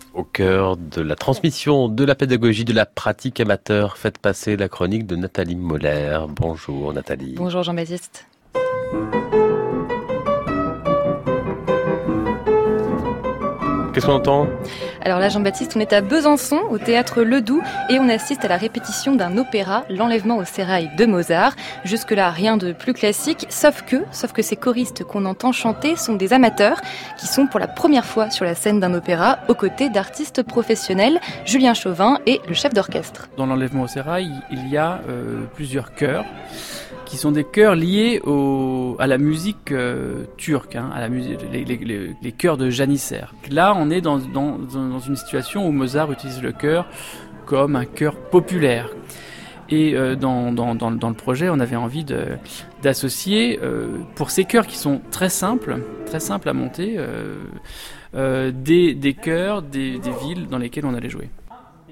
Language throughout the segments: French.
Au cœur de la transmission, de la pédagogie, de la pratique amateur, faites passer la chronique de Nathalie Moller. Bonjour Nathalie. Bonjour Jean-Baptiste. Qu'est-ce qu'on entend ? Alors là, Jean-Baptiste, on est à Besançon, au théâtre Ledoux, et on assiste à la répétition d'un opéra, L'Enlèvement au sérail de Mozart. Jusque-là, rien de plus classique, sauf que ces choristes qu'on entend chanter sont des amateurs qui sont pour la première fois sur la scène d'un opéra, aux côtés d'artistes professionnels, Julien Chauvin et le chef d'orchestre. Dans L'Enlèvement au sérail, il y a plusieurs chœurs, qui sont des chœurs liés à la musique turque, à la musique, les chœurs de janissaires. Là, on est dans une situation où Mozart utilise le chœur comme un chœur populaire. Et dans le projet, on avait envie d'associer, pour ces chœurs qui sont très simples à monter, des chœurs des villes dans lesquelles on allait jouer.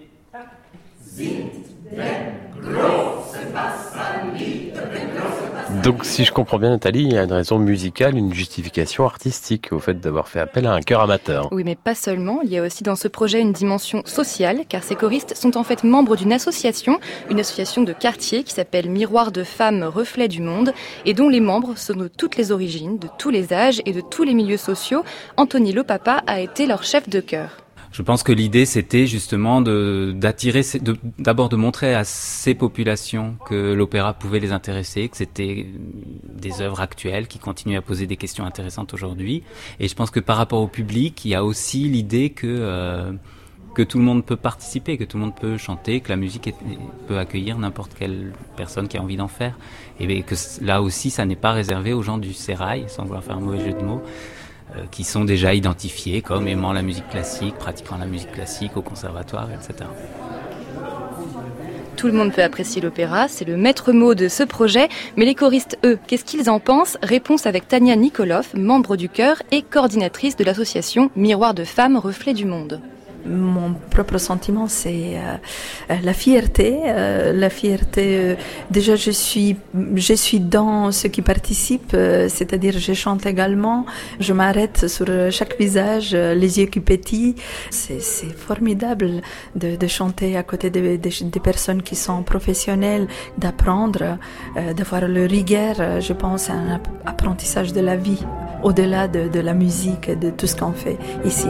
Donc si je comprends bien Nathalie, il y a une raison musicale, une justification artistique au fait d'avoir fait appel à un chœur amateur. Oui, mais pas seulement. Il y a aussi dans ce projet une dimension sociale, car ces choristes sont en fait membres d'une association de quartier qui s'appelle Miroir de femmes, reflet du monde, et dont les membres sont de toutes les origines, de tous les âges et de tous les milieux sociaux. Anthony Lepapa a été leur chef de chœur. Je pense que l'idée, c'était justement d'abord de montrer à ces populations que l'opéra pouvait les intéresser, que c'était des œuvres actuelles qui continuent à poser des questions intéressantes aujourd'hui. Et je pense que par rapport au public, il y a aussi l'idée que tout le monde peut participer, que tout le monde peut chanter, que la musique peut accueillir n'importe quelle personne qui a envie d'en faire. Et que là aussi, ça n'est pas réservé aux gens du sérail, sans vouloir faire un mauvais jeu de mots, qui sont déjà identifiés comme aimant la musique classique, pratiquant la musique classique au conservatoire, etc. Tout le monde peut apprécier l'opéra, c'est le maître mot de ce projet, mais les choristes, eux, qu'est-ce qu'ils en pensent ? Réponse avec Tania Nikolov, membre du chœur et coordinatrice de l'association Miroir de femmes, reflet du monde. Mon propre sentiment, c'est la fierté. Déjà, je suis dans ceux qui participent, c'est-à-dire je chante également. Je m'arrête sur chaque visage, les yeux qui pétillent. C'est formidable de chanter à côté des personnes qui sont professionnelles, d'apprendre, d'avoir le rigueur. Je pense à un apprentissage de la vie, au-delà de la musique et de tout ce qu'on fait ici.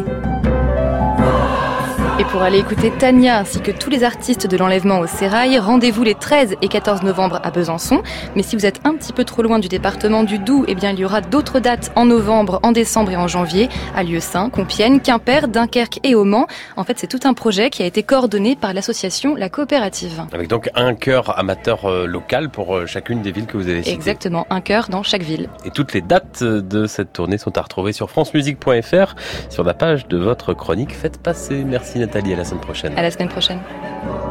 Et pour aller écouter Tania ainsi que tous les artistes de l'Enlèvement au sérail, rendez-vous les 13 et 14 novembre à Besançon. Mais si vous êtes un petit peu trop loin du département du Doubs, eh bien il y aura d'autres dates en novembre, en décembre et en janvier à Lieusaint, Compiègne, Quimper, Dunkerque et au Mans. En fait, c'est tout un projet qui a été coordonné par l'association La Coopérative. Avec donc un chœur amateur local pour chacune des villes que vous avez citées. Exactement, un chœur dans chaque ville. Et toutes les dates de cette tournée sont à retrouver sur francemusique.fr, sur la page de votre chronique. Faites passer. Merci Nathalie, à la semaine prochaine. À la semaine prochaine.